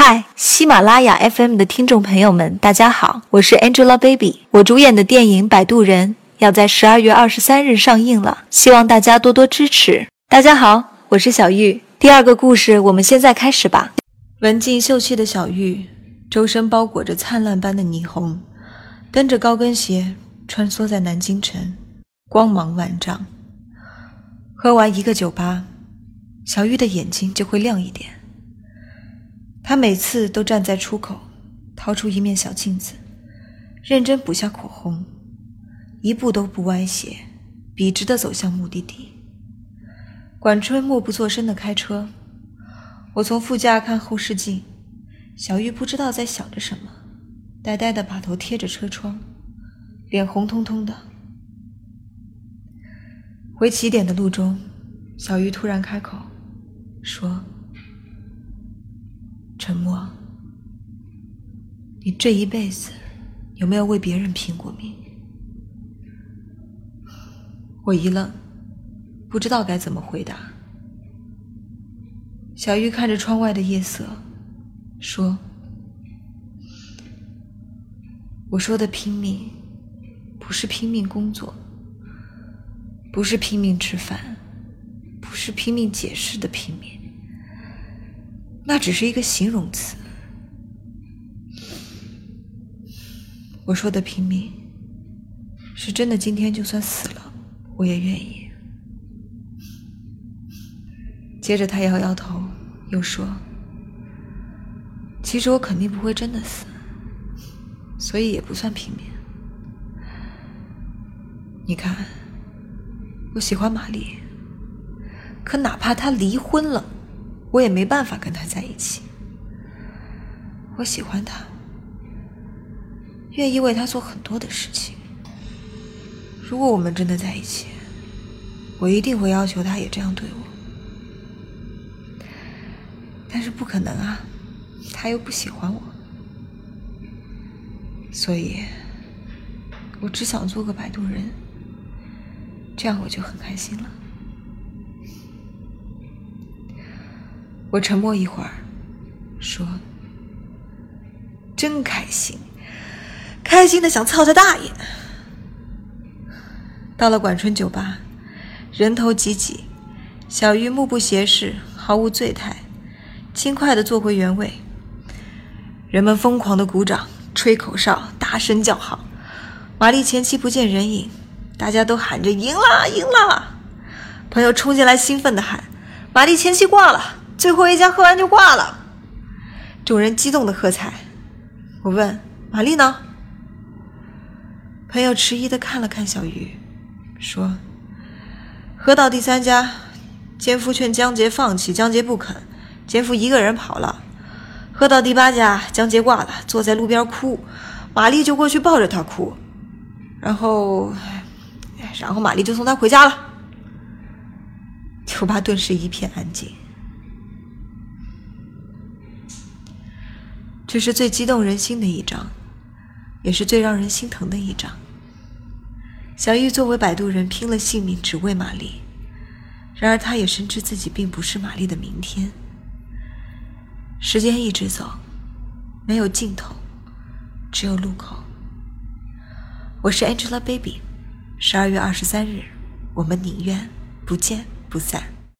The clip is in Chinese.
嗨，喜马拉雅 FM 的听众朋友们，大家好，我是 Angelababy。我主演的电影《摆渡人》要在12月23日上映了，希望大家多多支持。大家好，我是小玉。第二个故事，我们现在开始吧。文静秀气的小玉，周身包裹着灿烂般的霓虹，蹬着高跟鞋穿梭在南京城，光芒万丈。喝完一个酒吧，小玉的眼睛就会亮一点。她每次都站在出口，掏出一面小镜子，认真补下口红，一步都不歪斜，笔直地走向目的地。管春默不作声地开车，我从副驾看后视镜，小玉不知道在想着什么，呆呆地把头贴着车窗，脸红彤彤的。回起点的路中，小玉突然开口说：沉默，你这一辈子有没有为别人拼过命？我一愣，不知道该怎么回答。小玉看着窗外的夜色说：我说的拼命，不是拼命工作，不是拼命吃饭，不是拼命解释的拼命，那只是一个形容词。我说的拼命，是真的今天就算死了，我也愿意。接着他摇摇头，又说：其实我肯定不会真的死，所以也不算拼命。你看，我喜欢玛丽，可哪怕她离婚了，我也没办法跟他在一起。我喜欢他，愿意为他做很多的事情。如果我们真的在一起，我一定会要求他也这样对我。但是不可能啊，他又不喜欢我，所以我只想做个摆渡人，这样我就很开心了。我沉默一会儿，说：真开心，开心的想操他大爷。到了管春酒吧，人头挤挤，小玉目不斜视，毫无醉态，轻快地坐回原位。人们疯狂地鼓掌，吹口哨，大声叫好。玛丽前妻不见人影，大家都喊着赢了，赢了。朋友冲进来兴奋地喊：玛丽前妻挂了，最后一家喝完就挂了。众人激动地喝彩。我问：玛丽呢？朋友迟疑地看了看小玉，说：喝到第三家，奸夫劝江杰放弃，江杰不肯，奸夫一个人跑了。喝到第8家，江杰挂了，坐在路边哭，玛丽就过去抱着他哭，然后玛丽就送他回家了。酒吧顿时一片安静。这是最激动人心的一章，也是最让人心疼的一章。小玉作为摆渡人拼了性命只为玛丽，然而她也深知自己并不是玛丽的明天。时间一直走，没有尽头，只有路口。我是 Angelababy， 12月23日，我们宁愿不见不散。